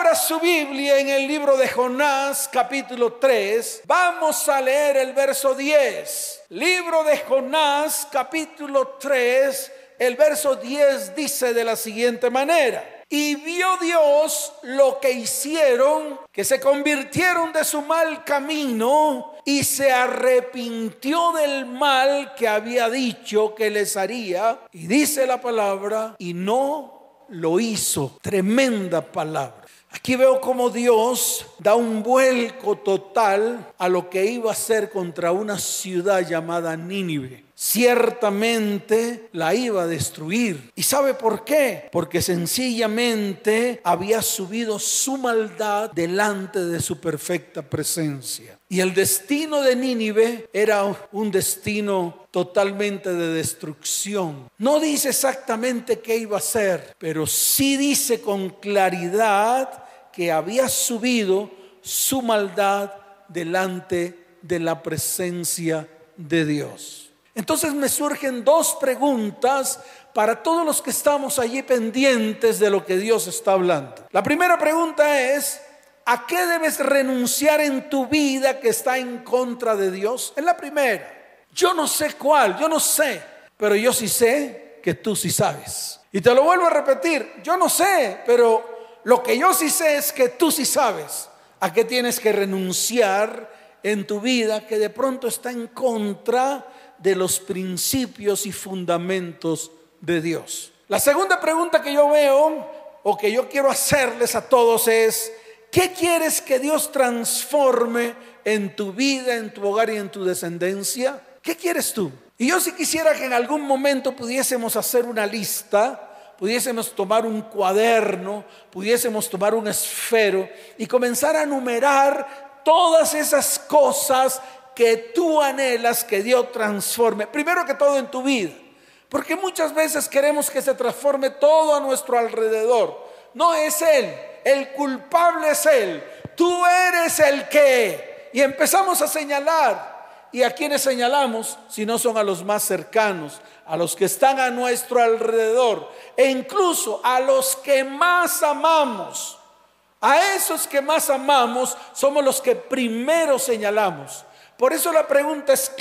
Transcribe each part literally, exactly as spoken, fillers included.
Abra su Biblia en el libro de Jonás, capítulo tres. Vamos a leer el verso diez. Libro de Jonás, capítulo tres, el verso diez dice de la siguiente manera: y vio Dios lo que hicieron, que se convirtieron de su mal camino, y se arrepintió del mal que había dicho que les haría. Y dice la palabra, y no lo hizo. Tremenda palabra. Aquí veo cómo Dios da un vuelco total a lo que iba a hacer contra una ciudad llamada Nínive. Ciertamente la iba a destruir. ¿Y sabe por qué? Porque sencillamente había subido su maldad delante de su perfecta presencia. Y el destino de Nínive era un destino totalmente de destrucción. No dice exactamente qué iba a hacer, pero sí dice con claridad que había subido su maldad delante de la presencia de Dios. Entonces me surgen dos preguntas para todos los que estamos allí pendientes de lo que Dios está hablando. La primera pregunta es: ¿a qué debes renunciar en tu vida que está en contra de Dios? Es la primera. Yo no sé cuál, yo no sé, pero yo sí sé que tú sí sabes. Y te lo vuelvo a repetir, yo no sé, pero lo que yo sí sé es que tú sí sabes a qué tienes que renunciar en tu vida que de pronto está en contra de los principios y fundamentos de Dios. La segunda pregunta que yo veo o que yo quiero hacerles a todos es: ¿qué quieres que Dios transforme en tu vida, en tu hogar y en tu descendencia? ¿Qué quieres tú? Y yo sí quisiera que en algún momento pudiésemos hacer una lista, pudiésemos tomar un cuaderno, pudiésemos tomar un esfero y comenzar a enumerar todas esas cosas que tú anhelas que Dios transforme, primero que todo en tu vida, porque muchas veces queremos que se transforme todo a nuestro alrededor. No es Él, el culpable es Él, tú eres el que, y empezamos a señalar. ¿Y a quiénes señalamos? Si no son a los más cercanos, a los que están a nuestro alrededor, e incluso a los que más amamos. A esos que más amamos somos los que primero señalamos. Por eso la pregunta es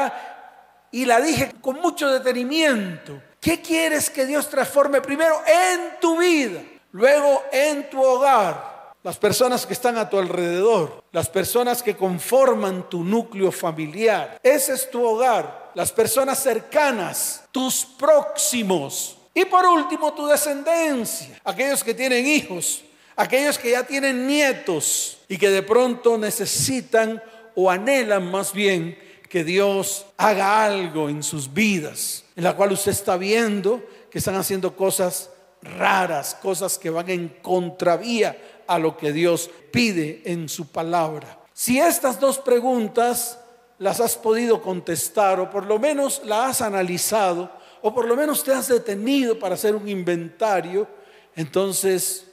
clara y la dije con mucho detenimiento. ¿Qué quieres que Dios transforme primero en tu vida? Luego en tu hogar. Las personas que están a tu alrededor, las personas que conforman tu núcleo familiar. Ese es tu hogar. Las personas cercanas, tus próximos. Y por último, tu descendencia. Aquellos que tienen hijos, aquellos que ya tienen nietos y que de pronto necesitan o anhelan más bien que Dios haga algo en sus vidas, en la cual usted está viendo que están haciendo cosas raras, cosas que van en contravía a lo que Dios pide en su palabra. Si estas dos preguntas las has podido contestar, o por lo menos las has analizado, o por lo menos te has detenido para hacer un inventario, entonces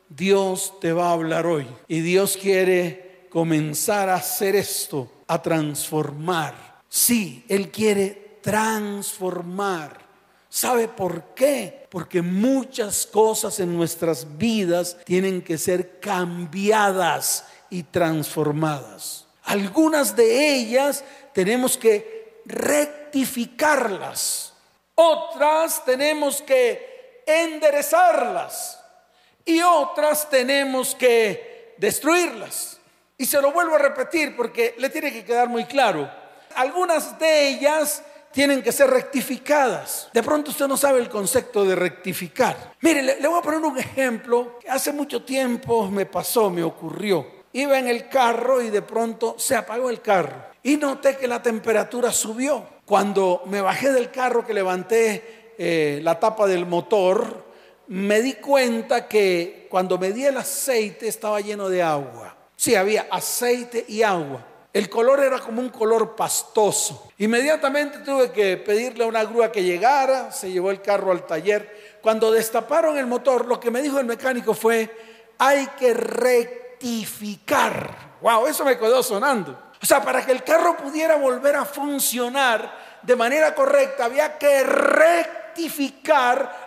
Dios te va a hablar hoy. Y Dios quiere comenzar a hacer esto, a transformar. Sí, Él quiere transformar. ¿Sabe por qué? Porque muchas cosas en nuestras vidas tienen que ser cambiadas y transformadas. Algunas de ellas tenemos que rectificarlas. Otras tenemos que enderezarlas. Y otras tenemos que destruirlas. Y se lo vuelvo a repetir porque le tiene que quedar muy claro. Algunas de ellas tienen que ser rectificadas. De pronto usted no sabe el concepto de rectificar. Mire, le, le voy a poner un ejemplo que hace mucho tiempo me pasó, me ocurrió. Iba en el carro y de pronto se apagó el carro. Y noté que la temperatura subió. Cuando me bajé del carro, que levanté eh, la tapa del motor, me di cuenta que cuando medí el aceite estaba lleno de agua. Sí, había aceite y agua. El color era como un color pastoso. Inmediatamente tuve que pedirle a una grúa que llegara, se llevó el carro al taller. Cuando destaparon el motor, lo que me dijo el mecánico fue: hay que rectificar. Wow, eso me quedó sonando. O sea, para que el carro pudiera volver a funcionar de manera correcta, había que rectificar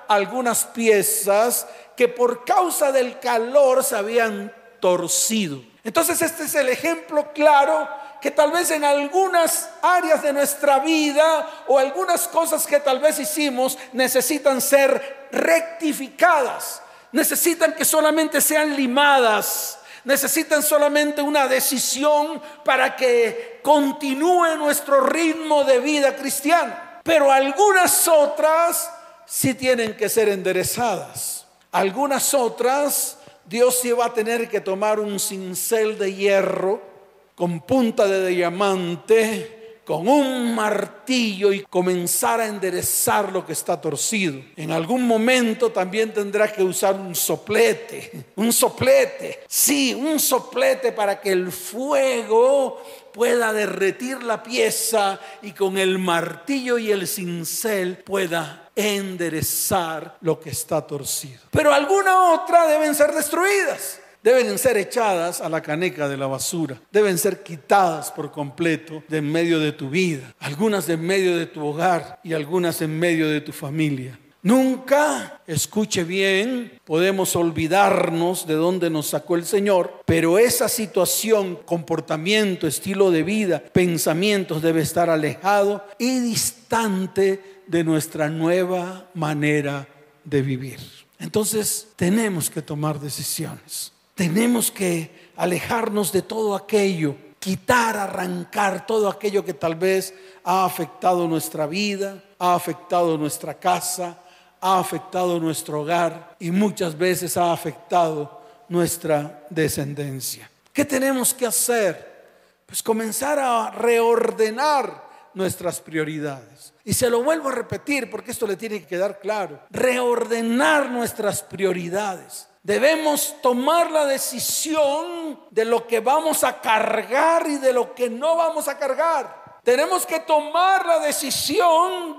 algunas piezas que por causa del calor se habían torcido. Entonces este es el ejemplo claro que tal vez en algunas áreas de nuestra vida o algunas cosas que tal vez hicimos necesitan ser rectificadas, necesitan que solamente sean limadas, necesitan solamente una decisión para que continúe nuestro ritmo de vida cristiana. Pero algunas otras sí tienen que ser enderezadas. Algunas otras Dios sí va a tener que tomar un cincel de hierro con punta de diamante, con un martillo y comenzar a enderezar lo que está torcido. En algún momento también tendrá que usar un soplete, un soplete, sí, un soplete para que el fuego pueda derretir la pieza y con el martillo y el cincel pueda enderezar lo que está torcido. Pero alguna otra deben ser destruidas. Deben ser echadas a la caneca de la basura. Deben ser quitadas por completo de en medio de tu vida. Algunas de en medio de tu hogar y algunas en medio de tu familia. Nunca, escuche bien, podemos olvidarnos de dónde nos sacó el Señor, pero esa situación, comportamiento, estilo de vida, pensamientos debe estar alejado y distante de nuestra nueva manera de vivir. Entonces tenemos que tomar decisiones. Tenemos que alejarnos de todo aquello, quitar, arrancar todo aquello que tal vez ha afectado nuestra vida, ha afectado nuestra casa, ha afectado nuestro hogar y muchas veces ha afectado nuestra descendencia. ¿Qué tenemos que hacer? Pues comenzar a reordenar nuestras prioridades. Y se lo vuelvo a repetir porque esto le tiene que quedar claro. Reordenar nuestras prioridades. Debemos tomar la decisión de lo que vamos a cargar y de lo que no vamos a cargar. Tenemos que tomar la decisión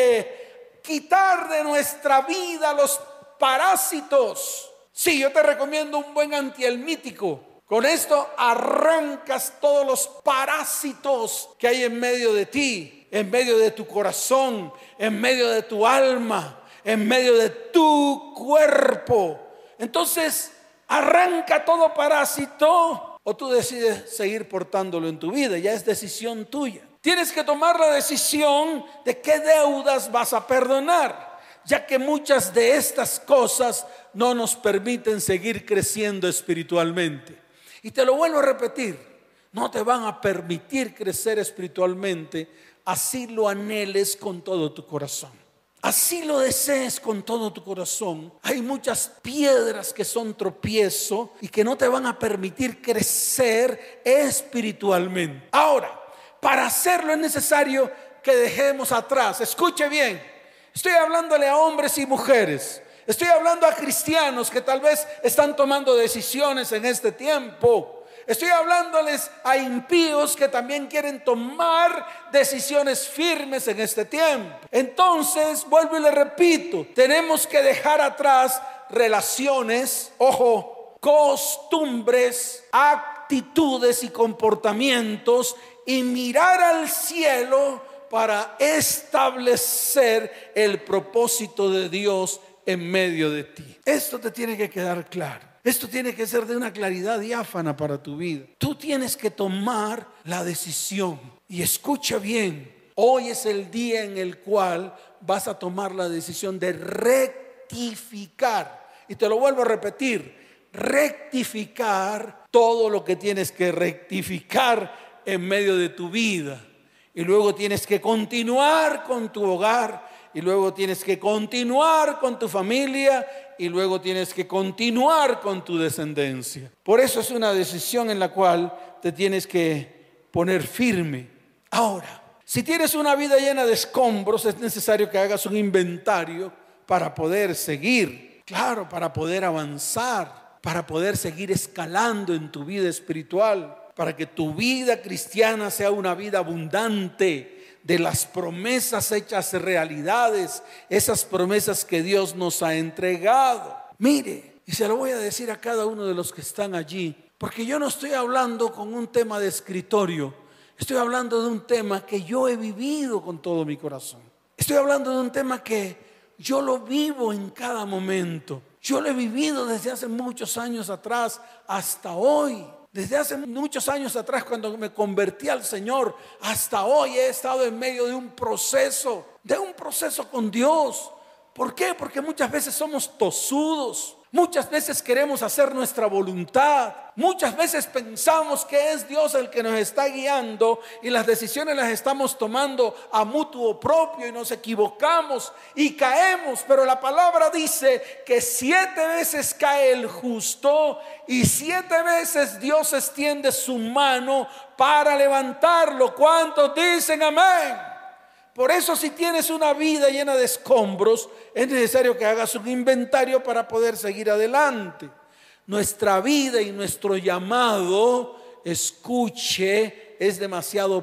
de quitar de nuestra vida los parásitos. Sí, yo te recomiendo un buen antihelmítico. Con esto arrancas todos los parásitos que hay en medio de ti, en medio de tu corazón, en medio de tu alma, en medio de tu cuerpo. Entonces, arranca todo parásito o tú decides seguir portándolo en tu vida. Ya es decisión tuya. Tienes que tomar la decisión de qué deudas vas a perdonar, ya que muchas de estas cosas no nos permiten seguir creciendo espiritualmente. Y te lo vuelvo a repetir, no te van a permitir crecer espiritualmente, así lo anheles con todo tu corazón. Así lo desees con todo tu corazón. Hay muchas piedras que son tropiezo y que no te van a permitir crecer espiritualmente. Ahora, para hacerlo es necesario que dejemos atrás. Escuche bien, estoy hablándole a hombres y mujeres. Estoy hablando a cristianos que tal vez están tomando decisiones en este tiempo. Estoy hablándoles a impíos que también quieren tomar decisiones firmes en este tiempo. Entonces, vuelvo y le repito, tenemos que dejar atrás relaciones, ojo, costumbres, actitudes y comportamientos y mirar al cielo para establecer el propósito de Dios en medio de ti. Esto te tiene que quedar claro. Esto tiene que ser de una claridad diáfana para tu vida. Tú tienes que tomar la decisión. Y escucha bien, hoy es el día en el cual vas a tomar la decisión de rectificar. Y te lo vuelvo a repetir, rectificar todo lo que tienes que rectificar en medio de tu vida. Y luego tienes que continuar con tu hogar. Y luego tienes que continuar con tu familia y luego tienes que continuar con tu descendencia. Por eso es una decisión en la cual te tienes que poner firme. Ahora, si tienes una vida llena de escombros, es necesario que hagas un inventario para poder seguir, claro, para poder avanzar, para poder seguir escalando en tu vida espiritual, para que tu vida cristiana sea una vida abundante de las promesas hechas realidades, esas promesas que Dios nos ha entregado. Mire, y se lo voy a decir a cada uno de los que están allí, porque yo no estoy hablando con un tema de escritorio, estoy hablando de un tema que yo he vivido con todo mi corazón. Estoy hablando de un tema que yo lo vivo en cada momento. Yo lo he vivido desde hace muchos años atrás hasta hoy. Desde hace muchos años atrás, cuando me convertí al Señor, hasta hoy he estado en medio de un proceso, de un proceso con Dios. ¿Por qué? Porque muchas veces somos tosudos. Muchas veces queremos hacer nuestra voluntad. Muchas veces pensamos que es Dios el que nos está guiando y las decisiones las estamos tomando a mutuo propio y nos equivocamos y caemos. Pero la palabra dice que siete veces cae el justo y siete veces Dios extiende su mano para levantarlo. ¿Cuántos dicen amén? Por eso, si tienes una vida llena de escombros, es necesario que hagas un inventario para poder seguir adelante. Nuestra vida y nuestro llamado, escuche, es demasiado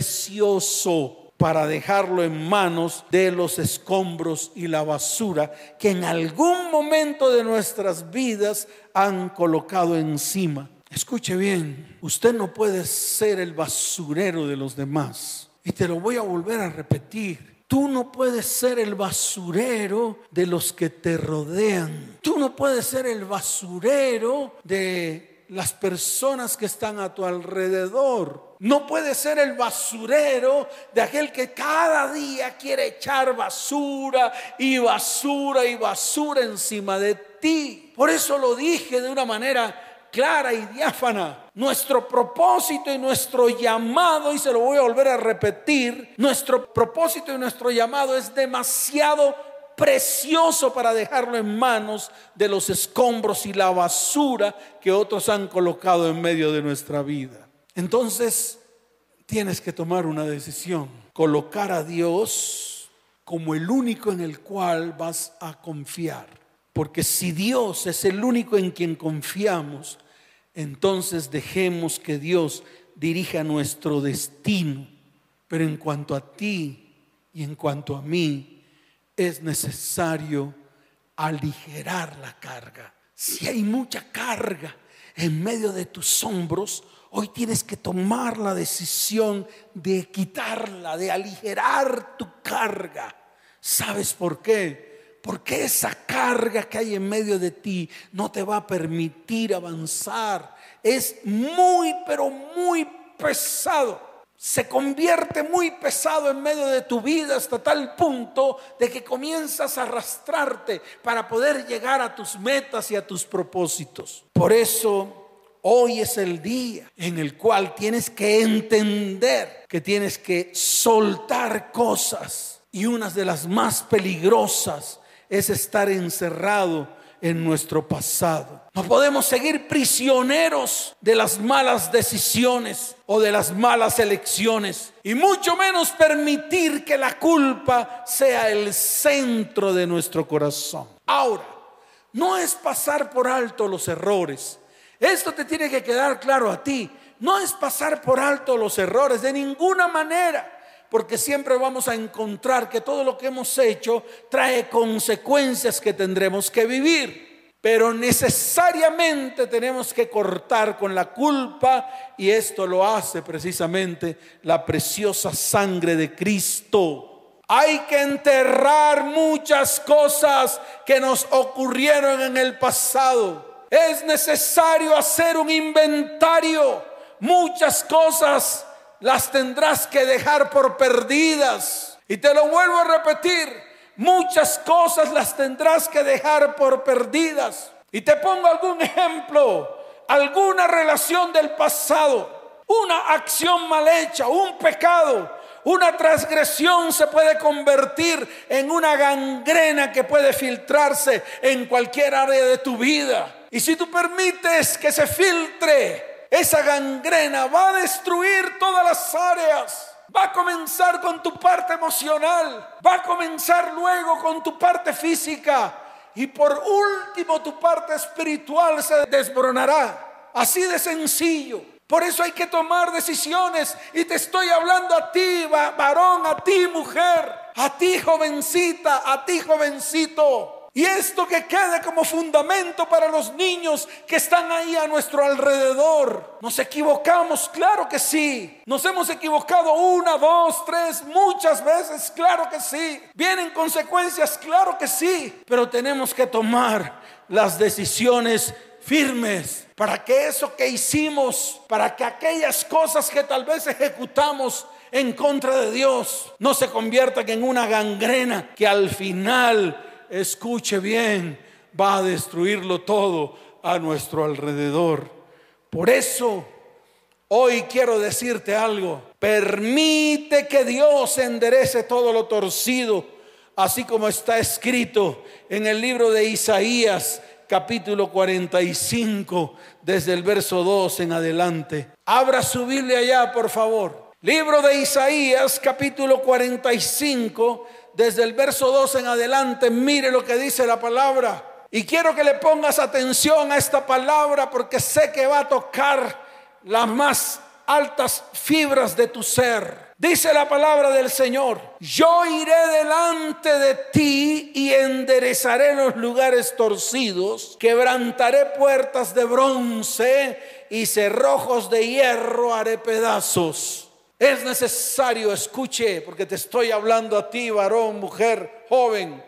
precioso para dejarlo en manos de los escombros y la basura que en algún momento de nuestras vidas han colocado encima. Escuche bien, usted no puede ser el basurero de los demás. Y te lo voy a volver a repetir. Tú no puedes ser el basurero de los que te rodean. Tú no puedes ser el basurero de las personas que están a tu alrededor. No puedes ser el basurero de aquel que cada día quiere echar basura y basura y basura encima de ti. Por eso lo dije de una manera clara y diáfana. Nuestro propósito y nuestro llamado, y se lo voy a volver a repetir, nuestro propósito y nuestro llamado es demasiado precioso para dejarlo en manos de los escombros y la basura que otros han colocado en medio de nuestra vida. Entonces tienes que tomar una decisión: colocar a Dios como el único en el cual vas a confiar. Porque si Dios es el único en quien confiamos, entonces dejemos que Dios dirija nuestro destino. Pero en cuanto a ti y en cuanto a mí, es necesario aligerar la carga. Si hay mucha carga en medio de tus hombros, hoy tienes que tomar la decisión de quitarla, de aligerar tu carga. ¿Sabes por qué? Porque esa carga que hay en medio de ti no te va a permitir avanzar. Es muy, pero muy pesado. Se convierte muy pesado en medio de tu vida hasta tal punto de que comienzas a arrastrarte para poder llegar a tus metas y a tus propósitos. Por eso hoy es el día en el cual tienes que entender que tienes que soltar cosas. Y una de las más peligrosas es estar encerrado en nuestro pasado. No podemos seguir prisioneros de las malas decisiones o de las malas elecciones, y mucho menos permitir que la culpa sea el centro de nuestro corazón. Ahora, no es pasar por alto los errores. Esto te tiene que quedar claro a ti. No es pasar por alto los errores de ninguna manera. Porque siempre vamos a encontrar que todo lo que hemos hecho trae consecuencias que tendremos que vivir. Pero necesariamente tenemos que cortar con la culpa, y esto lo hace precisamente la preciosa sangre de Cristo. Hay que enterrar muchas cosas que nos ocurrieron en el pasado. Es necesario hacer un inventario. Muchas cosas las tendrás que dejar por perdidas. Y te lo vuelvo a repetir, muchas cosas las tendrás que dejar por perdidas. Y te pongo algún ejemplo: alguna relación del pasado, una acción mal hecha, un pecado, una transgresión se puede convertir en una gangrena que puede filtrarse en cualquier área de tu vida. Y si tú permites que se filtre, esa gangrena va a destruir todas las áreas. Va a comenzar con tu parte emocional, va a comenzar luego con tu parte física, y por último tu parte espiritual se desmoronará. Así de sencillo. Por eso hay que tomar decisiones, y te estoy hablando a ti, varón, a ti, mujer, a ti, jovencita, a ti, jovencito. Y esto que quede como fundamento para los niños que están ahí a nuestro alrededor. ¿Nos equivocamos? Claro que sí. ¿Nos hemos equivocado una, dos, tres, muchas veces? Claro que sí. ¿Vienen consecuencias? Claro que sí. Pero tenemos que tomar las decisiones firmes para que eso que hicimos, para que aquellas cosas que tal vez ejecutamos en contra de Dios no se conviertan en una gangrena que al final, escuche bien, va a destruirlo todo a nuestro alrededor. Por eso hoy quiero decirte algo: permite que Dios enderece todo lo torcido, así como está escrito en el libro de Isaías capítulo cuarenta y cinco, desde el verso dos en adelante. Abra su Biblia allá, por favor. Libro de Isaías capítulo cuarenta y cinco, desde el verso dos en adelante. Mire lo que dice la palabra. Y quiero que le pongas atención a esta palabra, porque sé que va a tocar las más altas fibras de tu ser. Dice la palabra del Señor: yo iré delante de ti y enderezaré los lugares torcidos, quebrantaré puertas de bronce y cerrojos de hierro haré pedazos. Es necesario, escuche, porque te estoy hablando a ti, varón, mujer, joven,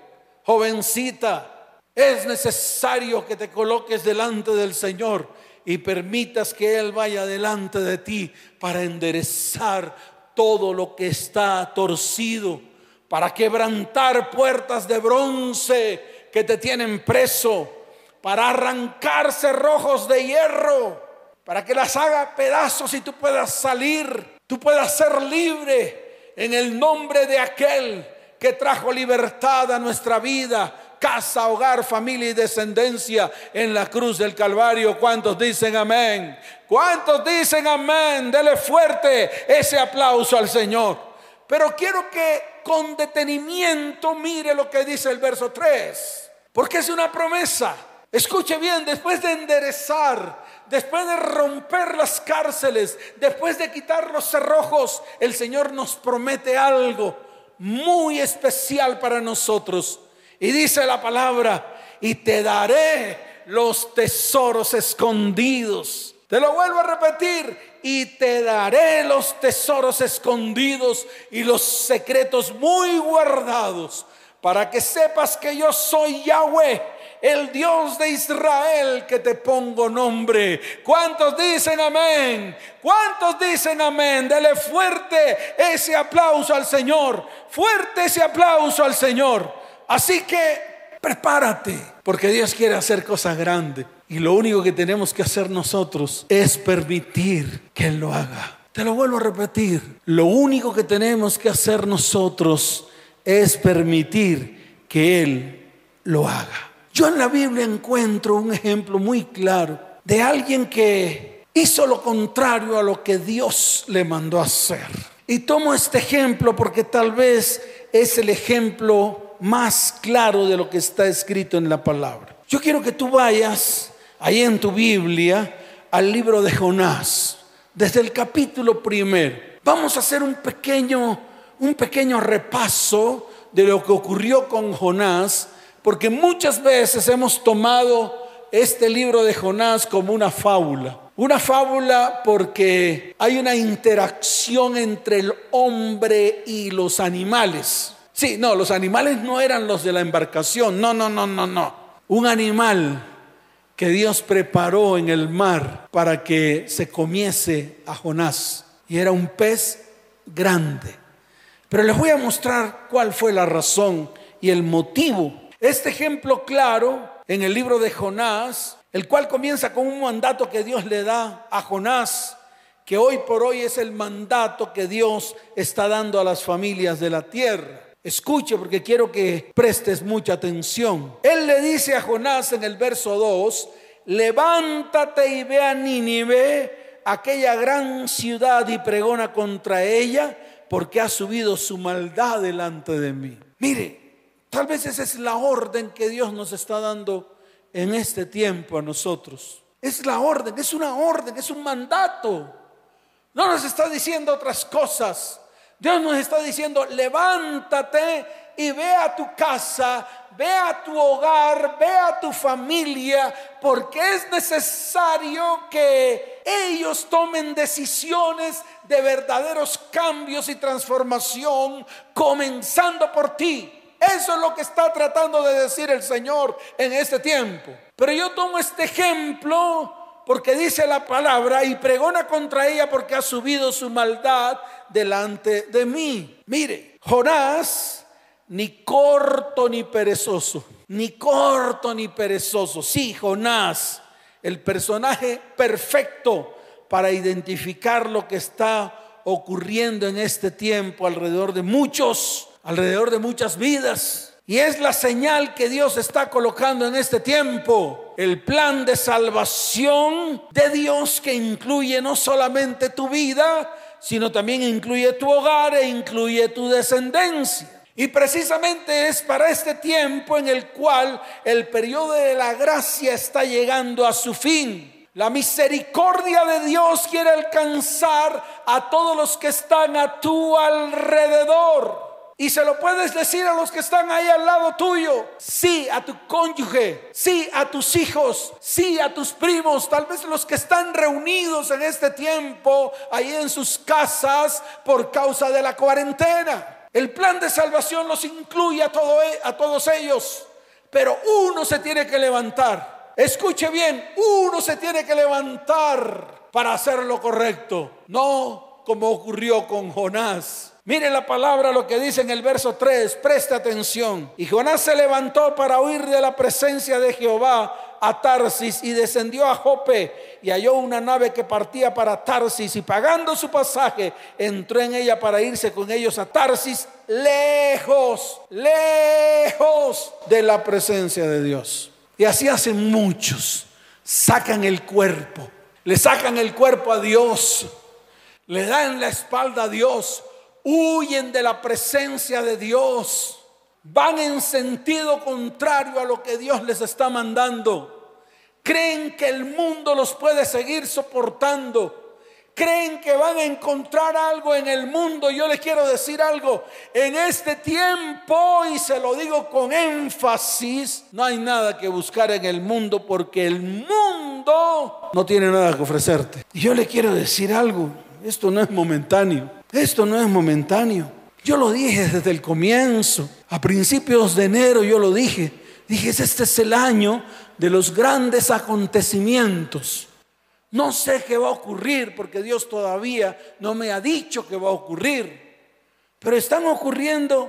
jovencita. Es necesario que te coloques delante del Señor y permitas que Él vaya delante de ti para enderezar todo lo que está torcido, para quebrantar puertas de bronce que te tienen preso, para arrancar cerrojos de hierro, para que las haga pedazos y tú puedas salir, tú puedas ser libre en el nombre de aquel que trajo libertad a nuestra vida, casa, hogar, familia y descendencia en la cruz del Calvario. ¿Cuántos dicen amén? ¿Cuántos dicen amén? Dele fuerte ese aplauso al Señor. Pero quiero que con detenimiento mire lo que dice el verso tres, porque es una promesa. Escuche bien: después de enderezar, después de romper las cárceles, después de quitar los cerrojos, el Señor nos promete algo muy especial para nosotros. Y dice la palabra: y te daré los tesoros escondidos. Te lo vuelvo a repetir: y te daré los tesoros escondidos y los secretos muy guardados, para que sepas que yo soy Yahweh, el Dios de Israel, que te pongo nombre. ¿Cuántos dicen amén? ¿Cuántos dicen amén? Dele fuerte ese aplauso al Señor. Fuerte ese aplauso al Señor. Así que prepárate, porque Dios quiere hacer cosas grandes. Y lo único que tenemos que hacer nosotros es permitir que Él lo haga. Te lo vuelvo a repetir: lo único que tenemos que hacer nosotros es permitir que Él lo haga. Yo en la Biblia encuentro un ejemplo muy claro de alguien que hizo lo contrario a lo que Dios le mandó a hacer. Y tomo este ejemplo porque tal vez es el ejemplo más claro de lo que está escrito en la palabra. Yo quiero que tú vayas ahí en tu Biblia al libro de Jonás, desde el capítulo primero. Vamos a hacer un pequeño, un pequeño repaso de lo que ocurrió con Jonás, porque muchas veces hemos tomado este libro de Jonás como una fábula. Una fábula porque hay una interacción entre el hombre y los animales. Sí, no, los animales no eran los de la embarcación. No, no, no, no, no. Un animal que Dios preparó en el mar para que se comiese a Jonás. Y era un pez grande. Pero les voy a mostrar cuál fue la razón y el motivo. Este ejemplo claro en el libro de Jonás, el cual comienza con un mandato que Dios le da a Jonás, que hoy por hoy es el mandato que Dios está dando a las familias de la tierra. Escuche, porque quiero que prestes mucha atención. Él le dice a Jonás en el verso dos: levántate y ve a Nínive, aquella gran ciudad, y pregona contra ella, porque ha subido su maldad delante de mí. Mire, tal vez esa es la orden que Dios nos está dando en este tiempo a nosotros. Es la orden, es una orden, es un mandato. No nos está diciendo otras cosas. Dios nos está diciendo: levántate y ve a tu casa, ve a tu hogar, ve a tu familia, porque es necesario que ellos tomen decisiones de verdaderos cambios y transformación, comenzando por ti. Eso es lo que está tratando de decir el Señor en este tiempo. Pero yo tomo este ejemplo porque dice la palabra: y pregona contra ella porque ha subido su maldad delante de mí. Mire, Jonás, ni corto ni perezoso, ni corto ni perezoso. Sí, Jonás, el personaje perfecto para identificar lo que está ocurriendo en este tiempo alrededor de muchos, alrededor de muchas vidas. Y es la señal que Dios está colocando en este tiempo. El plan de salvación de Dios, que incluye no solamente tu vida, sino también incluye tu hogar e incluye tu descendencia. Y precisamente es para este tiempo en el cual el periodo de la gracia está llegando a su fin. La misericordia de Dios quiere alcanzar a todos los que están a tu alrededor. Y se lo puedes decir a los que están ahí al lado tuyo. Sí, a tu cónyuge. Sí, a tus hijos. Sí, a tus primos. Tal vez los que están reunidos en este tiempo ahí en sus casas por causa de la cuarentena. El plan de salvación los incluye a, todo, a todos ellos. Pero uno se tiene que levantar. Escuche bien, uno se tiene que levantar para hacer lo correcto. No como ocurrió con Jonás. Mire la palabra, lo que dice en el verso tres, preste atención. Y Jonás se levantó para huir de la presencia de Jehová a Tarsis y descendió a Jope y halló una nave que partía para Tarsis, y pagando su pasaje entró en ella para irse con ellos a Tarsis, lejos, lejos de la presencia de Dios. Y así hacen muchos, sacan el cuerpo, le sacan el cuerpo a Dios, le dan la espalda a Dios, huyen de la presencia de Dios, van en sentido contrario a lo que Dios les está mandando. Creen que el mundo los puede seguir soportando. Creen que van a encontrar algo en el mundo. Yo les quiero decir algo. En este tiempo, y se lo digo con énfasis, no hay nada que buscar en el mundo, porque el mundo no tiene nada que ofrecerte. Y yo les quiero decir algo. Esto no es momentáneo. Esto no es momentáneo. Yo lo dije desde el comienzo. A principios de enero yo lo dije. Dije, este es el año de los grandes acontecimientos. No sé qué va a ocurrir, porque Dios todavía no me ha dicho qué va a ocurrir. Pero están ocurriendo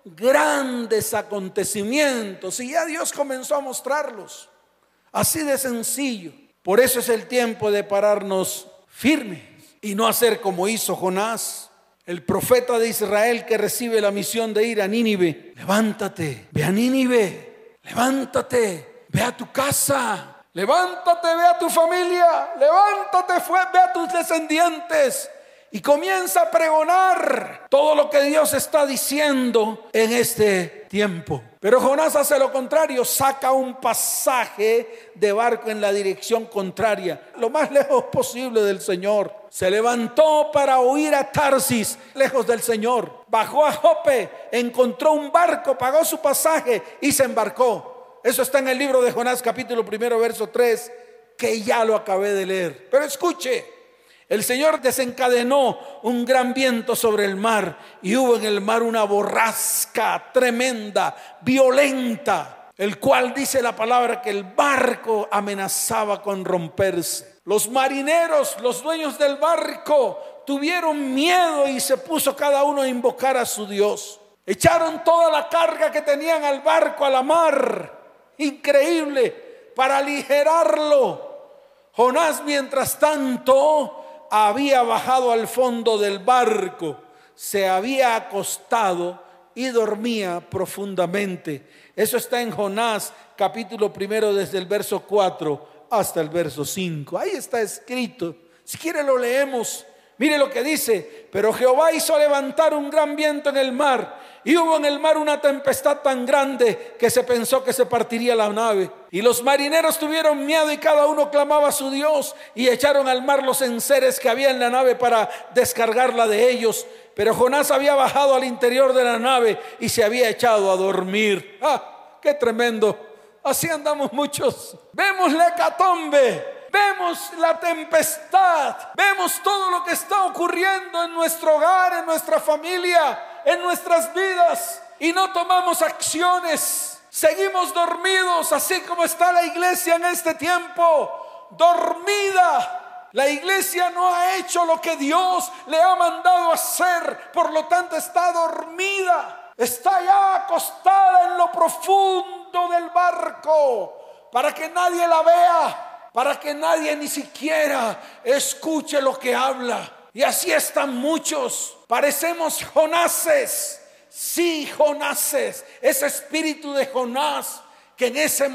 grandes acontecimientos y ya Dios comenzó a mostrarlos. Así de sencillo. Por eso es el tiempo de pararnos firmes y no hacer como hizo Jonás, el profeta de Israel que recibe la misión de ir a Nínive. Levántate, ve a Nínive, levántate, ve a tu casa, levántate, ve a tu familia, levántate, fue, ve a tus descendientes y comienza a pregonar todo lo que Dios está diciendo en este tiempo. Pero Jonás hace lo contrario, saca un pasaje de barco en la dirección contraria, lo más lejos posible del Señor. Se levantó para huir a Tarsis, lejos del Señor. Bajó a Jope, encontró un barco, pagó su pasaje y se embarcó. Eso está en el libro de Jonás, capítulo primero, verso tres, que ya lo acabé de leer. Pero escuche, el Señor desencadenó un gran viento sobre el mar y hubo en el mar una borrasca tremenda, violenta, el cual dice la palabra que el barco amenazaba con romperse. Los marineros, los dueños del barco, tuvieron miedo y se puso cada uno a invocar a su Dios. Echaron toda la carga que tenían al barco a la mar, increíble, para aligerarlo. Jonás, mientras tanto, había bajado al fondo del barco, se había acostado y dormía profundamente. Eso está en Jonás, capítulo primero, desde el verso cuatro hasta el verso cinco. Ahí está escrito. Si quiere lo leemos Mire lo que dice: pero Jehová hizo levantar un gran viento en el mar, y hubo en el mar una tempestad tan grande que se pensó que se partiría la nave. Y los marineros tuvieron miedo y cada uno clamaba a su Dios, y echaron al mar los enseres que había en la nave para descargarla de ellos. Pero Jonás había bajado al interior de la nave y se había echado a dormir. ¡Ah, qué tremendo! Así andamos muchos. Vemos la hecatombe, vemos la tempestad, vemos todo lo que está ocurriendo en nuestro hogar, en nuestra familia, en nuestras vidas, y no tomamos acciones. Seguimos dormidos, así como está la iglesia en este tiempo, dormida. La iglesia no ha hecho lo que Dios le ha mandado hacer, por lo tanto está dormida. Está ya acostada en lo profundo del barco, para que nadie la vea, para que nadie ni siquiera escuche lo que habla. Y así están muchos. Parecemos Jonases. Sí, Jonases. Ese espíritu de Jonás que en ese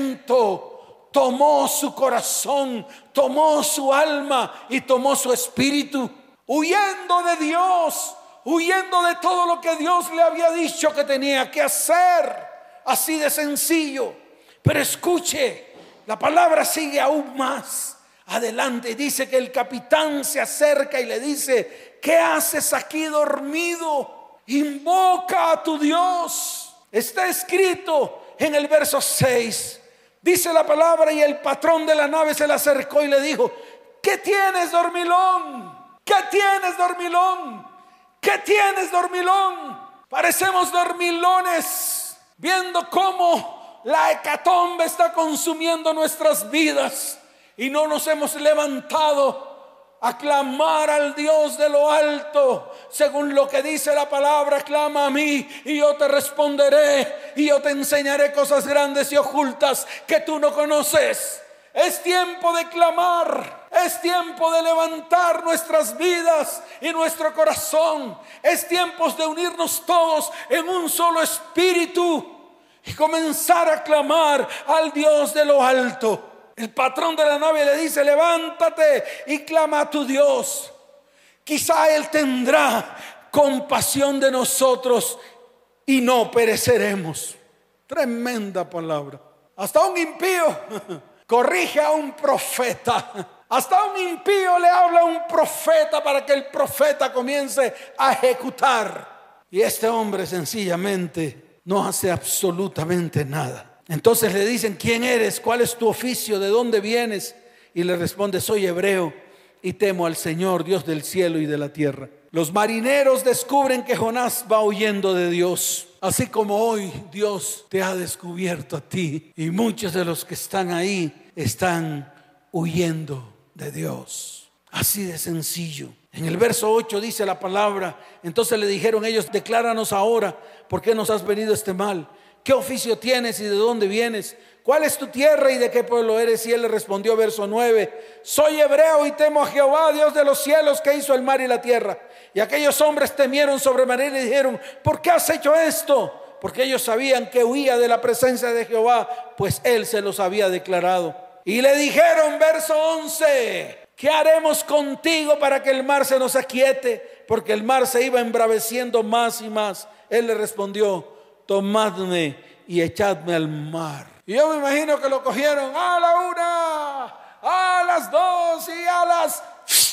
momento tomó su corazón, tomó su alma y tomó su espíritu, huyendo de Dios, huyendo de todo lo que Dios le había dicho que tenía que hacer. Así de sencillo. Pero escuche, la palabra sigue aún más adelante. Dice que el capitán se acerca y le dice: ¿qué haces aquí dormido? Invoca a tu Dios. Está escrito en el verso seis. Dice la palabra: y el patrón de la nave se le acercó y le dijo: ¿qué tienes, dormilón? ¿Qué tienes, dormilón? ¿Qué tienes, dormilón? Parecemos dormilones, viendo cómo la hecatombe está consumiendo nuestras vidas, y no nos hemos levantado a clamar al Dios de lo alto. Según lo que dice la palabra: clama a mí y yo te responderé, y yo te enseñaré cosas grandes y ocultas que tú no conoces. Es tiempo de clamar, es tiempo de levantar nuestras vidas y nuestro corazón. Es tiempo de unirnos todos en un solo espíritu y comenzar a clamar al Dios de lo alto. El patrón de la nave le dice: levántate y clama a tu Dios. Quizá Él tendrá compasión de nosotros y no pereceremos. Tremenda palabra. Hasta un impío corrige a un profeta. Hasta un impío le habla a un profeta para que el profeta comience a ejecutar. Y este hombre sencillamente no hace absolutamente nada. Entonces le dicen: ¿quién eres? ¿Cuál es tu oficio? ¿De dónde vienes? Y le responde: soy hebreo y temo al Señor, Dios del cielo y de la tierra. Los marineros descubren que Jonás va huyendo de Dios, así como hoy Dios te ha descubierto a ti, y muchos de los que están ahí están huyendo de Dios. Así de sencillo. En el verso ocho dice la palabra: entonces le dijeron ellos: decláranos ahora, ¿por qué nos has venido este mal? ¿Qué oficio tienes y de dónde vienes? ¿Cuál es tu tierra y de qué pueblo eres? Y él le respondió, verso nueve: soy hebreo y temo a Jehová, Dios de los cielos, que hizo el mar y la tierra. Y aquellos hombres temieron sobremanera y dijeron: ¿por qué has hecho esto? Porque ellos sabían que huía de la presencia de Jehová, pues él se los había declarado. Y le dijeron, verso once: ¿qué haremos contigo para que el mar se nos aquiete? Porque el mar se iba embraveciendo más y más. Él le respondió: tomadme y echadme al mar. Y yo me imagino que lo cogieron a la una, a las dos y a las...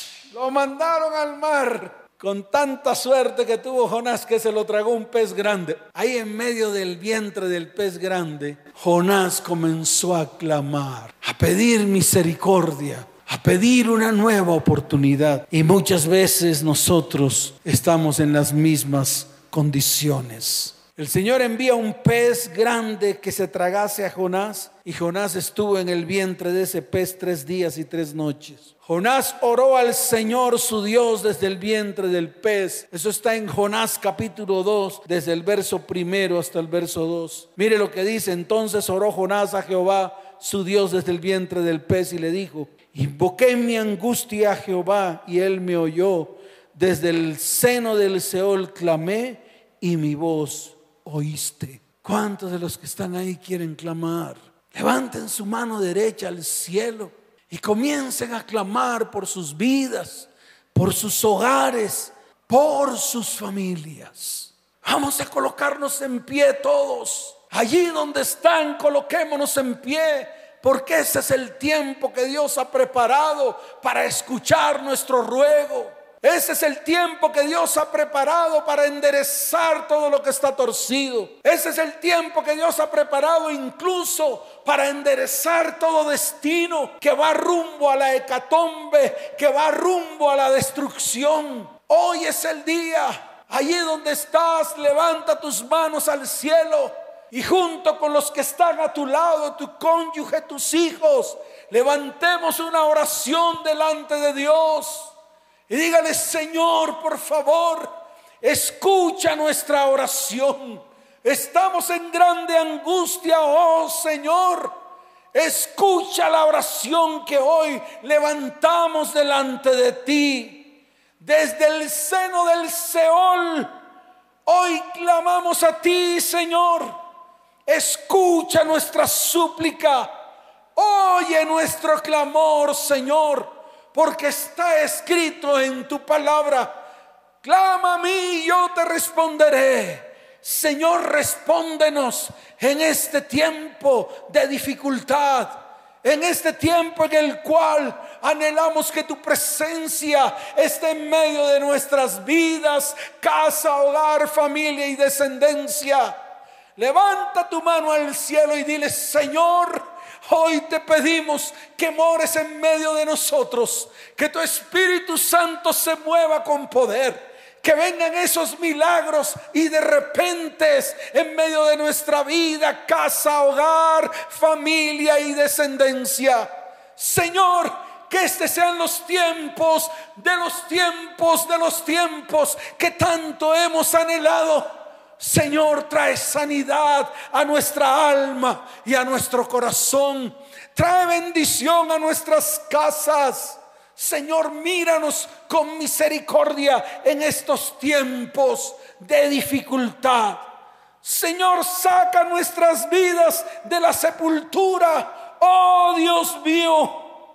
lo mandaron al mar. Con tanta suerte que tuvo Jonás que se lo tragó un pez grande. Ahí en medio del vientre del pez grande, Jonás comenzó a clamar, a pedir misericordia, a pedir una nueva oportunidad. Y muchas veces nosotros estamos en las mismas condiciones. El Señor envía un pez grande que se tragase a Jonás, y Jonás estuvo en el vientre de ese pez tres días y tres noches. Jonás oró al Señor su Dios desde el vientre del pez. Eso está en Jonás capítulo dos, desde el verso primero hasta el verso dos. Mire lo que dice: entonces oró Jonás a Jehová su Dios desde el vientre del pez y le dijo: invoqué en mi angustia a Jehová y él me oyó. Desde el seno del Seol clamé y mi voz oíste. ¿Cuántos de los que están ahí quieren clamar? Levanten su mano derecha al cielo y comiencen a clamar por sus vidas, por sus hogares, por sus familias. Vamos a colocarnos en pie todos. Allí donde están, coloquémonos en pie, porque ese es el tiempo que Dios ha preparado para escuchar nuestro ruego. Ese es el tiempo que Dios ha preparado para enderezar todo lo que está torcido. Ese es el tiempo que Dios ha preparado incluso para enderezar todo destino que va rumbo a la hecatombe, que va rumbo a la destrucción. Hoy es el día. Allí donde estás, levanta tus manos al cielo y junto con los que están a tu lado, tu cónyuge, tus hijos, levantemos una oración delante de Dios. Y dígale: Señor, por favor, escucha nuestra oración. Estamos en grande angustia, oh Señor. Escucha la oración que hoy levantamos delante de ti. Desde el seno del Seol, hoy clamamos a ti, Señor. Escucha nuestra súplica. Oye nuestro clamor, Señor. Porque está escrito en tu palabra: clama a mí y yo te responderé. Señor, respóndenos en este tiempo de dificultad, en este tiempo en el cual anhelamos que tu presencia esté en medio de nuestras vidas, casa, hogar, familia y descendencia. Levanta tu mano al cielo y dile: Señor, hoy te pedimos que mores en medio de nosotros, que tu Espíritu Santo se mueva con poder, que vengan esos milagros y de repente en medio de nuestra vida, casa, hogar, familia y descendencia. Señor, que estos sean los tiempos de los tiempos de los tiempos que tanto hemos anhelado. Señor, trae sanidad a nuestra alma y a nuestro corazón. Trae bendición a nuestras casas. Señor, míranos con misericordia en estos tiempos de dificultad. Señor, saca nuestras vidas de la sepultura. Oh Dios mío,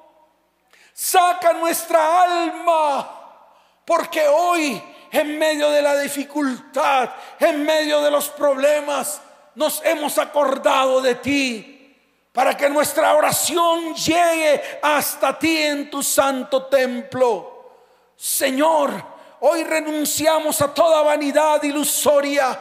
saca nuestra alma, porque hoy, en medio de la dificultad, en medio de los problemas, nos hemos acordado de ti, para que nuestra oración llegue hasta ti en tu santo templo. Señor, hoy renunciamos a toda vanidad ilusoria.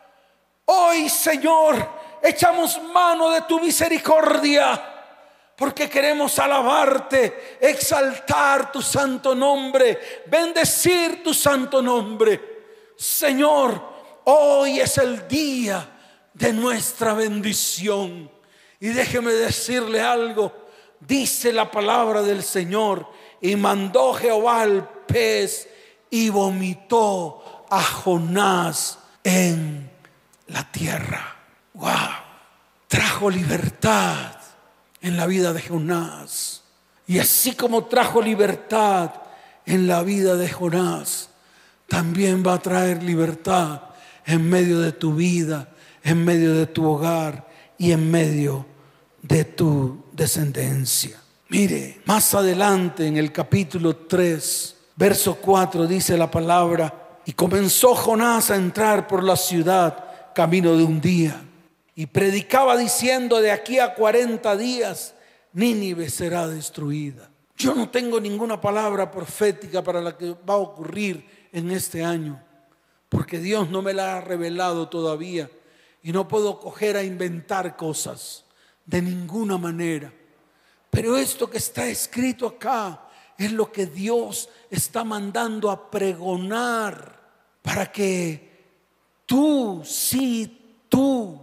Hoy, Señor, echamos mano de tu misericordia, porque queremos alabarte, exaltar tu santo nombre, bendecir tu santo nombre. Señor, hoy es el día de nuestra bendición. Y déjeme decirle algo. Dice la palabra del Señor: y mandó Jehová al pez y vomitó a Jonás en la tierra. Wow, trajo libertad en la vida de Jonás. Y así como trajo libertad en la vida de Jonás, también va a traer libertad en medio de tu vida, en medio de tu hogar y en medio de tu descendencia. Mire, más adelante en el capítulo tres, verso cuatro, dice la palabra: y comenzó Jonás a entrar por la ciudad camino de un día, y predicaba diciendo: de aquí a cuarenta días Nínive será destruida. Yo no tengo ninguna palabra profética para la que va a ocurrir en este año, porque Dios no me la ha revelado todavía, y no puedo coger a inventar cosas de ninguna manera. Pero esto que está escrito acá es lo que Dios está mandando a pregonar, para que tú, sí, tú,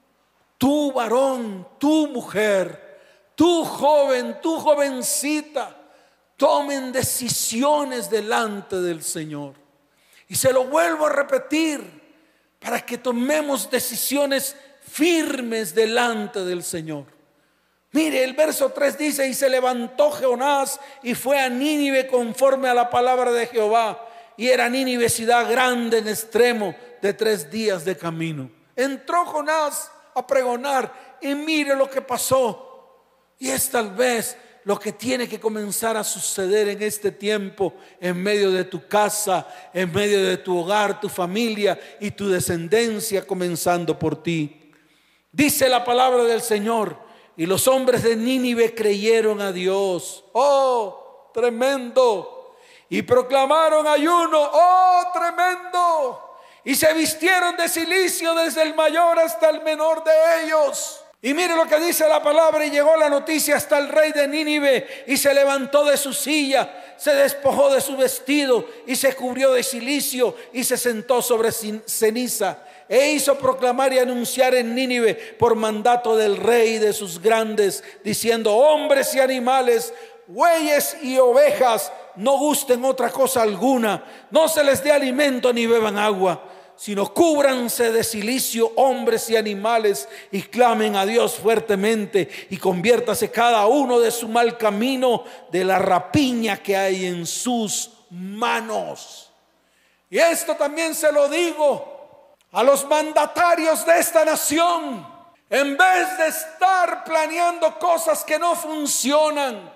tú varón, tú mujer, tú joven, tú jovencita, tomen decisiones delante del Señor. Y se lo vuelvo a repetir, para que tomemos decisiones firmes delante del Señor. Mire, el verso tres dice: y se levantó Jonás y fue a Nínive conforme a la palabra de Jehová. Y era Nínive ciudad grande en extremo, de tres días de camino. Entró Jonás a pregonar, y mire lo que pasó. Y es tal vez lo que tiene que comenzar a suceder en este tiempo, en medio de tu casa, en medio de tu hogar, tu familia y tu descendencia, comenzando por ti. Dice la palabra del Señor: y los hombres de Nínive creyeron a Dios. ¡Oh, tremendo! Y proclamaron ayuno. ¡Oh, tremendo! Y se vistieron de cilicio desde el mayor hasta el menor de ellos. Y mire lo que dice la palabra: y llegó la noticia hasta el rey de Nínive, y se levantó de su silla, se despojó de su vestido y se cubrió de cilicio y se sentó sobre ceniza, e hizo proclamar y anunciar en Nínive por mandato del rey y de sus grandes, diciendo: hombres y animales, bueyes y ovejas, no gusten otra cosa alguna, no se les dé alimento ni beban agua, sino cúbranse de cilicio hombres y animales, y clamen a Dios fuertemente, y conviértase cada uno de su mal camino, de la rapiña que hay en sus manos. Y esto también se lo digo a los mandatarios de esta nación: en vez de estar planeando cosas que no funcionan,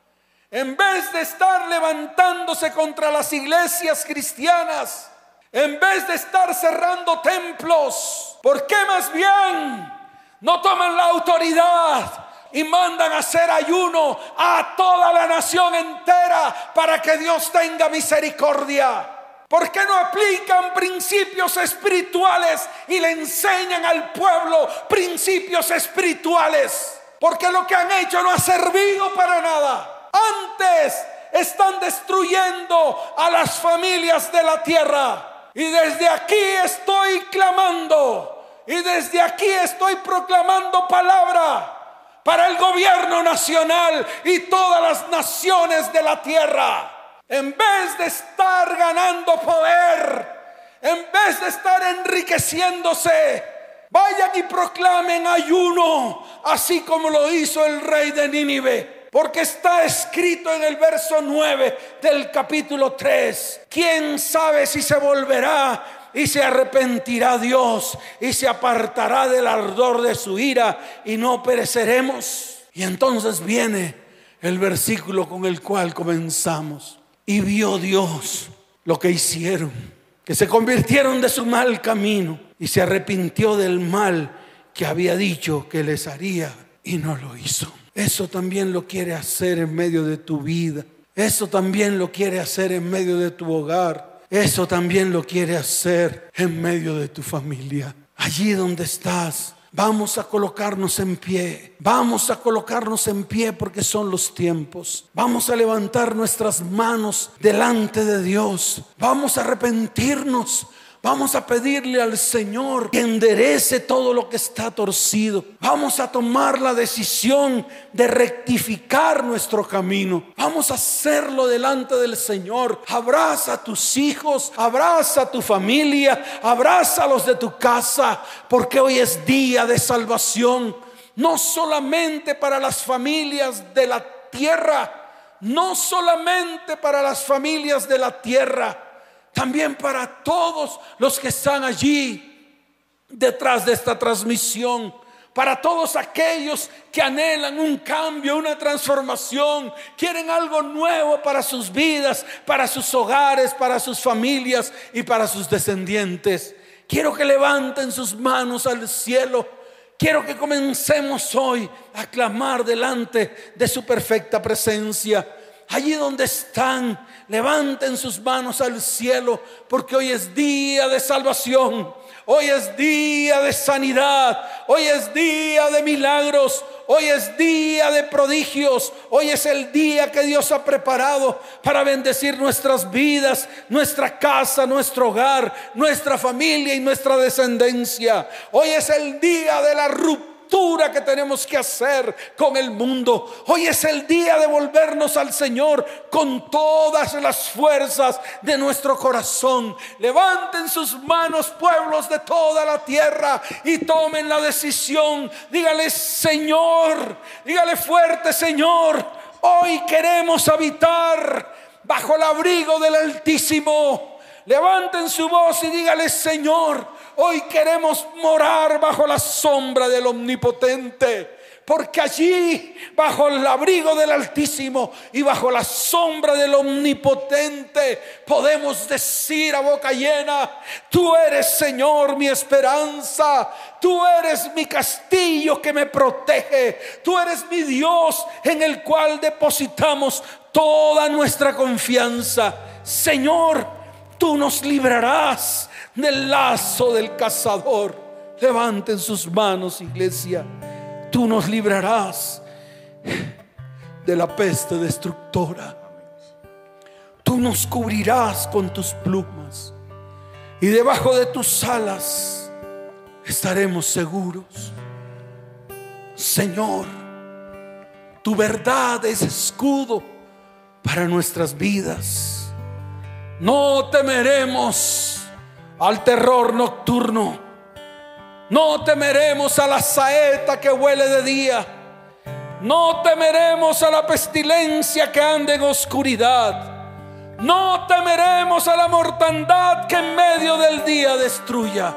en vez de estar levantándose contra las iglesias cristianas, en vez de estar cerrando templos, ¿por qué más bien no toman la autoridad y mandan a hacer ayuno a toda la nación entera para que Dios tenga misericordia? ¿Por qué no aplican principios espirituales y le enseñan al pueblo principios espirituales? Porque lo que han hecho no ha servido para nada. Antes están destruyendo a las familias de la tierra. Y desde aquí estoy clamando, y desde aquí estoy proclamando palabra para el gobierno nacional y todas las naciones de la tierra. En vez de estar ganando poder, en vez de estar enriqueciéndose, vayan y proclamen ayuno, así como lo hizo el rey de Nínive. Porque está escrito en el verso nueve del capítulo tres: ¿quién sabe si se volverá y se arrepentirá Dios y se apartará del ardor de su ira y no pereceremos? Y entonces viene el versículo con el cual comenzamos: y vio Dios lo que hicieron, que se convirtieron de su mal camino, y se arrepintió del mal que había dicho que les haría, y no lo hizo. Eso también lo quiere hacer en medio de tu vida. Eso también lo quiere hacer en medio de tu hogar. Eso también lo quiere hacer en medio de tu familia. Allí donde estás, vamos a colocarnos en pie. Vamos a colocarnos en pie porque son los tiempos. Vamos a levantar nuestras manos delante de Dios. Vamos a arrepentirnos. Vamos a pedirle al Señor que enderece todo lo que está torcido. Vamos a tomar la decisión de rectificar nuestro camino. Vamos a hacerlo delante del Señor. Abraza a tus hijos, abraza a tu familia, abraza a los de tu casa, porque hoy es día de salvación. No solamente para las familias de la tierra, no solamente para las familias de la tierra, también para todos los que están allí detrás de esta transmisión, para todos aquellos que anhelan un cambio, una transformación, quieren algo nuevo para sus vidas, para sus hogares, para sus familias y para sus descendientes. Quiero que levanten sus manos al cielo. Quiero que comencemos hoy a clamar delante de su perfecta presencia. Allí donde están, levanten sus manos al cielo, porque hoy es día de salvación, hoy es día de sanidad, hoy es día de milagros, hoy es día de prodigios, hoy es el día que Dios ha preparado para bendecir nuestras vidas, nuestra casa, nuestro hogar, nuestra familia y nuestra descendencia. Hoy es el día de la ruptura que tenemos que hacer con el mundo. Hoy es el día de volvernos al Señor con todas las fuerzas de nuestro corazón. Levanten sus manos, pueblos de toda la tierra, y tomen la decisión. Dígale: Señor, dígale fuerte: Señor, hoy queremos habitar bajo el abrigo del Altísimo. Levanten su voz y dígale: Señor, hoy queremos morar bajo la sombra del Omnipotente. porque allí, bajo el abrigo del Altísimo y bajo la sombra del Omnipotente, podemos decir a boca llena: tú eres, Señor, mi esperanza, tú eres mi castillo que me protege, tú eres mi Dios en el cual depositamos toda nuestra confianza. Señor, tú nos librarás del lazo del cazador. Levanten sus manos, iglesia. Tú nos librarás de la peste destructora. Tú nos cubrirás con tus plumas, y debajo de tus alas estaremos seguros. Señor, tu verdad es escudo para nuestras vidas. No temeremos al terror nocturno. No temeremos a la saeta que huele de día. No temeremos a la pestilencia que anda en oscuridad. No temeremos a la mortandad que en medio del día destruya.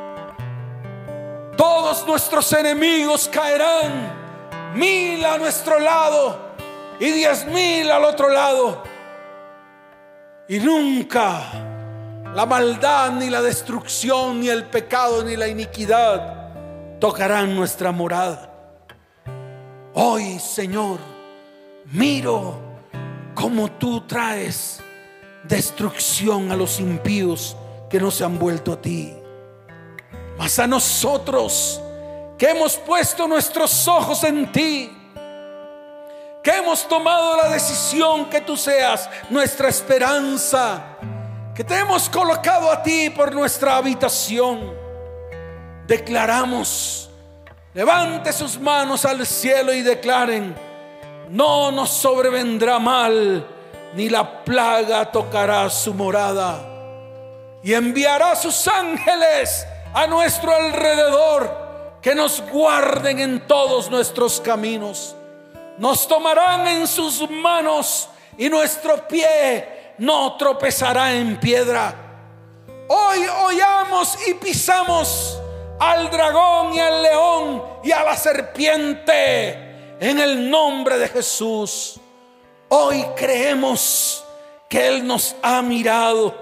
Todos nuestros enemigos caerán, mil a nuestro lado y diez mil al otro lado, y nunca la maldad, ni la destrucción, ni el pecado, ni la iniquidad tocarán nuestra morada. Hoy, Señor, miro cómo tú traes destrucción a los impíos que no se han vuelto a ti. Mas a nosotros, que hemos puesto nuestros ojos en ti, que hemos tomado la decisión que tú seas nuestra esperanza, que te hemos colocado a ti por nuestra habitación, declaramos: levante sus manos al cielo y declaren: no nos sobrevendrá mal, ni la plaga tocará su morada. Y enviará sus ángeles a nuestro alrededor, que nos guarden en todos nuestros caminos. Nos tomarán en sus manos, y nuestro pie no tropezará en piedra. Hoy hollamos y pisamos al dragón y al león y a la serpiente en el nombre de Jesús. Hoy creemos que Él nos ha mirado,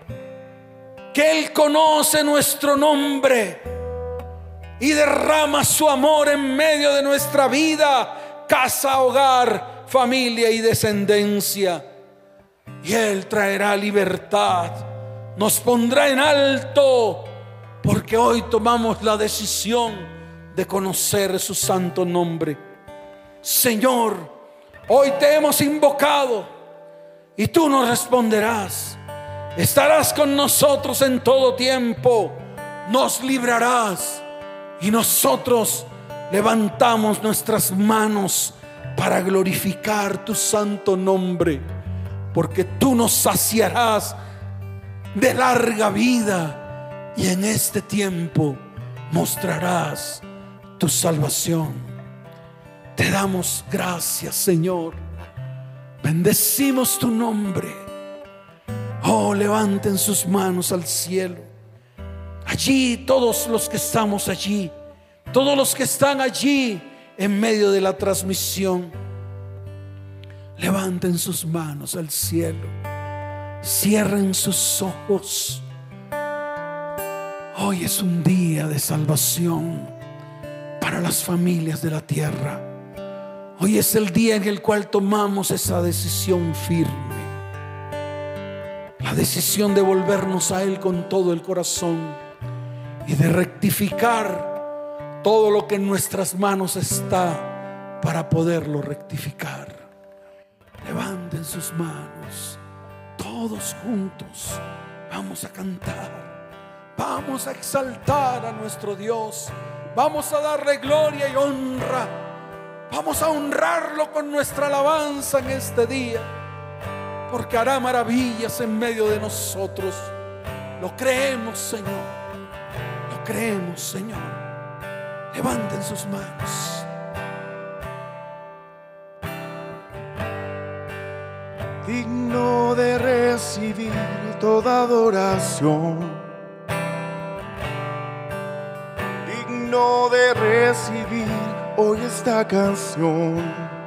que Él conoce nuestro nombre y derrama su amor en medio de nuestra vida, casa, hogar, familia y descendencia. Y Él traerá libertad, nos pondrá en alto, porque hoy tomamos la decisión de conocer su santo nombre. Señor, hoy te hemos invocado y tú nos responderás. Estarás con nosotros en todo tiempo, nos librarás, y nosotros levantamos nuestras manos para glorificar tu santo nombre, porque tú nos saciarás de larga vida y en este tiempo mostrarás tu salvación. Te damos gracias, Señor. Bendecimos tu nombre. Oh, levanten sus manos al cielo. Allí, todos los que estamos allí, todos los que están allí en medio de la transmisión, levanten sus manos al cielo, cierren sus ojos. Hoy es un día de salvación para las familias de la tierra. Hoy es el día en el cual tomamos esa decisión firme, la decisión de volvernos a Él con todo el corazón y de rectificar todo lo que en nuestras manos está para poderlo rectificar. Levanten sus manos, todos juntos vamos a cantar, vamos a exaltar a nuestro Dios, vamos a darle gloria y honra, vamos a honrarlo con nuestra alabanza en este día, porque hará maravillas en medio de nosotros. Lo creemos, Señor, lo creemos, Señor. Levanten sus manos. Digno de recibir toda adoración, digno de recibir hoy esta canción,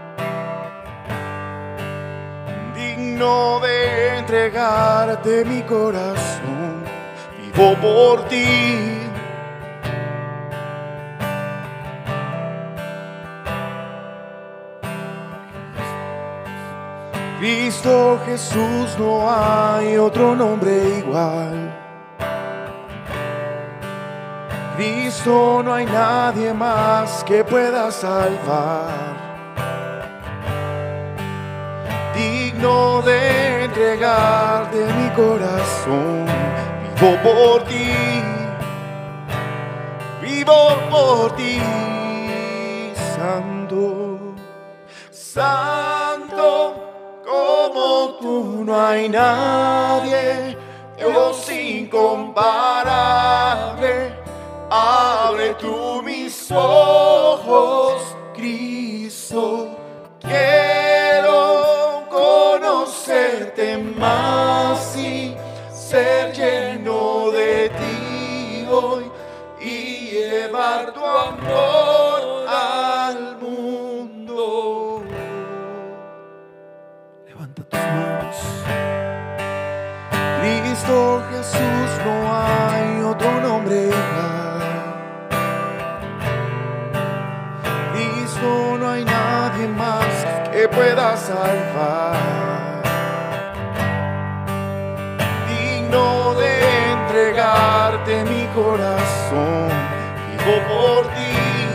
digno de entregarte mi corazón, vivo por ti. Cristo Jesús, no hay otro nombre igual. Cristo, no hay nadie más que pueda salvar. Digno de entregarte mi corazón, vivo por ti, vivo por ti, Santo, Santo. Como tú no hay nadie, Dios incomparable. Abre tú mis ojos, Cristo. Quiero conocerte más y ser lleno de ti hoy y llevar tu amor al mundo. Levanta tus manos. Cristo Jesús, no hay otro nombre igual. Cristo, no hay nadie más que pueda salvar. Digno de entregarte mi corazón, vivo por ti,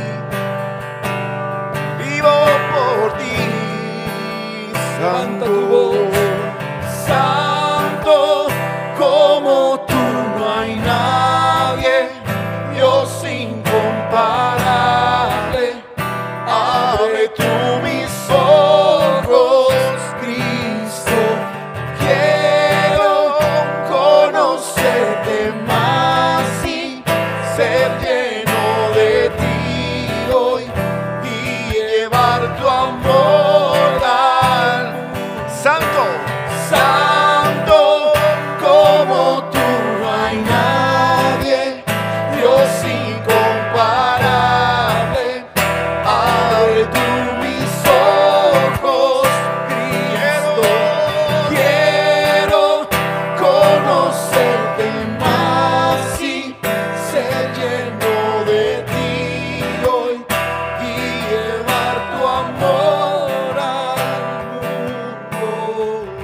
vivo por ti. Levanta tu voz. Santo, como tú no hay nadie, Dios incomparable. Abre tú mis ojos, Cristo. Quiero conocerte más y ser lleno de ti hoy y llevar tu amor al Santo, Santo, como tú no hay nadie, Dios incomparable. Abre tú mis ojos, Cristo. Quiero conocerte más y ser lleno de ti hoy y llevar tu amor al mundo.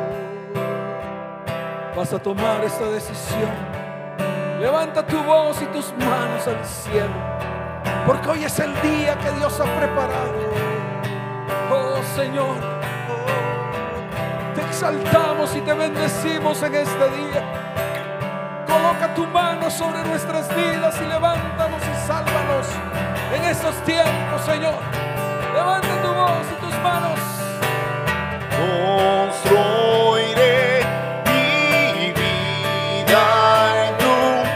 Vas a tomar esta decisión. Levanta tu voz y tus manos al cielo, porque hoy es el día que Dios ha preparado. Oh Señor, te exaltamos y te bendecimos en este día. Coloca tu mano sobre nuestras vidas y levántanos y sálvanos en estos tiempos, Señor. Levanta tu voz y tus manos. Construiré mi vida en tu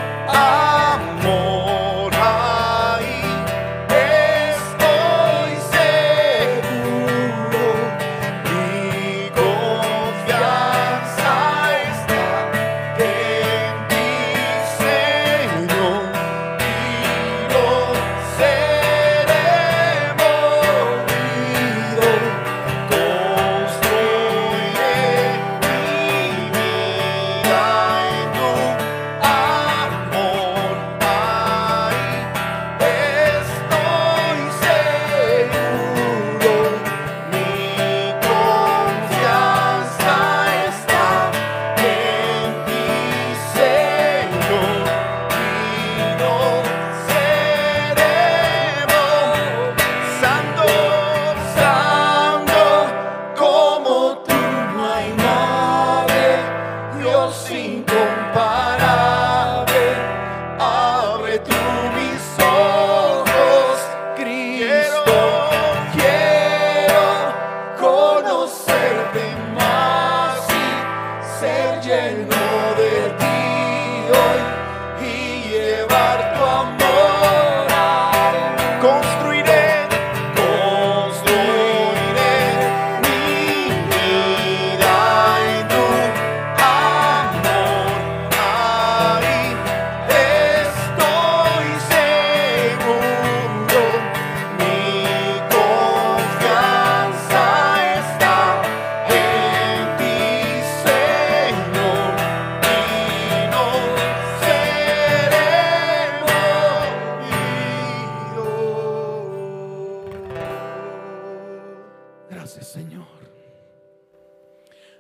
amor, ahí estoy seguro. Mi confianza está en ti, Señor, y no seré movido. Construiré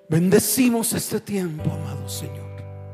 Bendecimos este tiempo, amado Señor.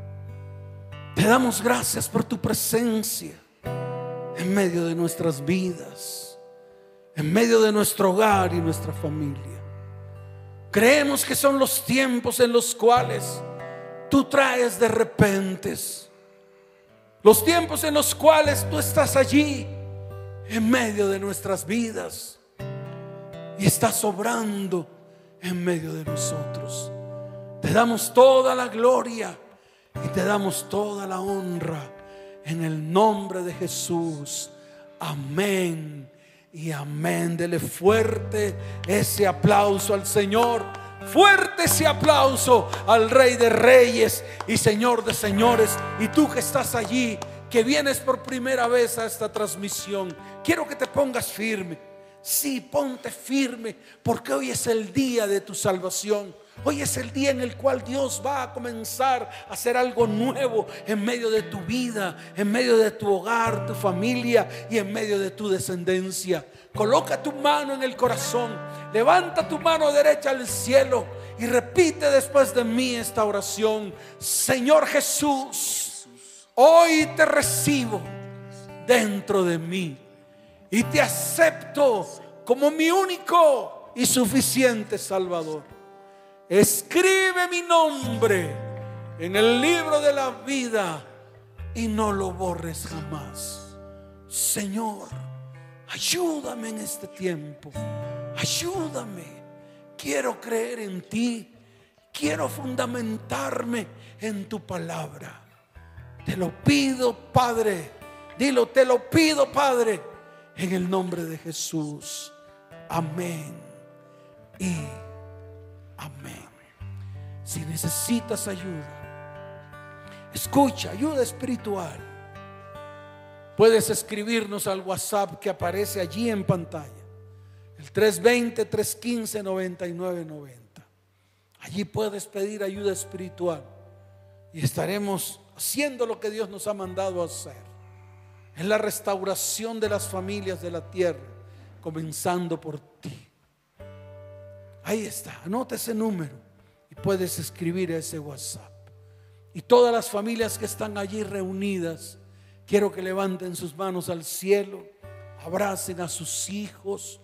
Te damos gracias por tu presencia en medio de nuestras vidas, en medio de nuestro hogar y nuestra familia. Creemos que son los tiempos en los cuales tú traes de repentes, los tiempos en los cuales tú estás allí en medio de nuestras vidas y estás obrando en medio de nosotros. Te damos toda la gloria y te damos toda la honra en el nombre de Jesús. Amén y amén. Dele fuerte ese aplauso al Señor. Fuerte ese aplauso al Rey de Reyes y Señor de Señores. Y tú que estás allí, que vienes por primera vez a esta transmisión, quiero que te pongas firme. Sí, ponte firme, porque hoy es el día de tu salvación. Hoy es el día en el cual Dios va a comenzar a hacer algo nuevo en medio de tu vida, en medio de tu hogar, tu familia y en medio de tu descendencia. Coloca tu mano en el corazón, levanta tu mano derecha al cielo y repite después de mí esta oración. Señor Jesús, hoy te recibo dentro de mí y te acepto como mi único y suficiente Salvador. Escribe mi nombre en el libro de la vida y no lo borres jamás. Señor, ayúdame en este tiempo. Ayúdame. Quiero creer en ti. Quiero fundamentarme en tu palabra. Te lo pido, Padre. Dilo, te lo pido, Padre, en el nombre de Jesús. Amén y amén. Si necesitas ayuda, escucha, ayuda espiritual, puedes escribirnos al WhatsApp que aparece allí en pantalla, el tres dos cero, tres uno cinco, nueve nueve nueve cero. Allí puedes pedir ayuda espiritual y estaremos haciendo lo que Dios nos ha mandado a hacer, en la restauración de las familias de la tierra, comenzando por ti. Ahí está, anota ese número y puedes escribir ese WhatsApp. Y todas las familias que están allí reunidas, quiero que levanten sus manos al cielo, abracen a sus hijos.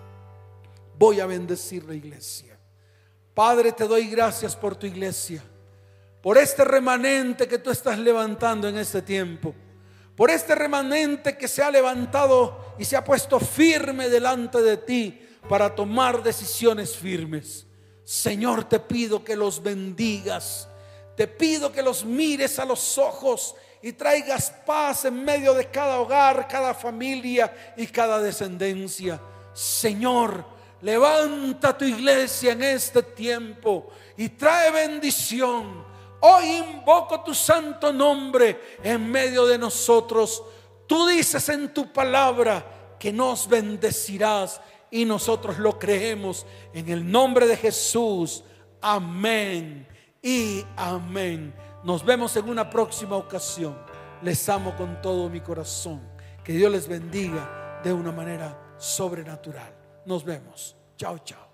Voy a bendecir la iglesia. Padre, te doy gracias por tu iglesia, por este remanente que tú estás levantando en este tiempo, por este remanente que se ha levantado y se ha puesto firme delante de ti para tomar decisiones firmes. Señor, te pido que los bendigas, te pido que los mires a los ojos y traigas paz en medio de cada hogar, cada familia y cada descendencia. Señor, levanta tu iglesia en este tiempo y trae bendición. Hoy invoco tu santo nombre en medio de nosotros. Tú dices en tu palabra que nos bendecirás y nosotros lo creemos en el nombre de Jesús. Amén y amén. Nos vemos en una próxima ocasión. Les amo con todo mi corazón. Que Dios les bendiga de una manera sobrenatural. Nos vemos. Chao, chao.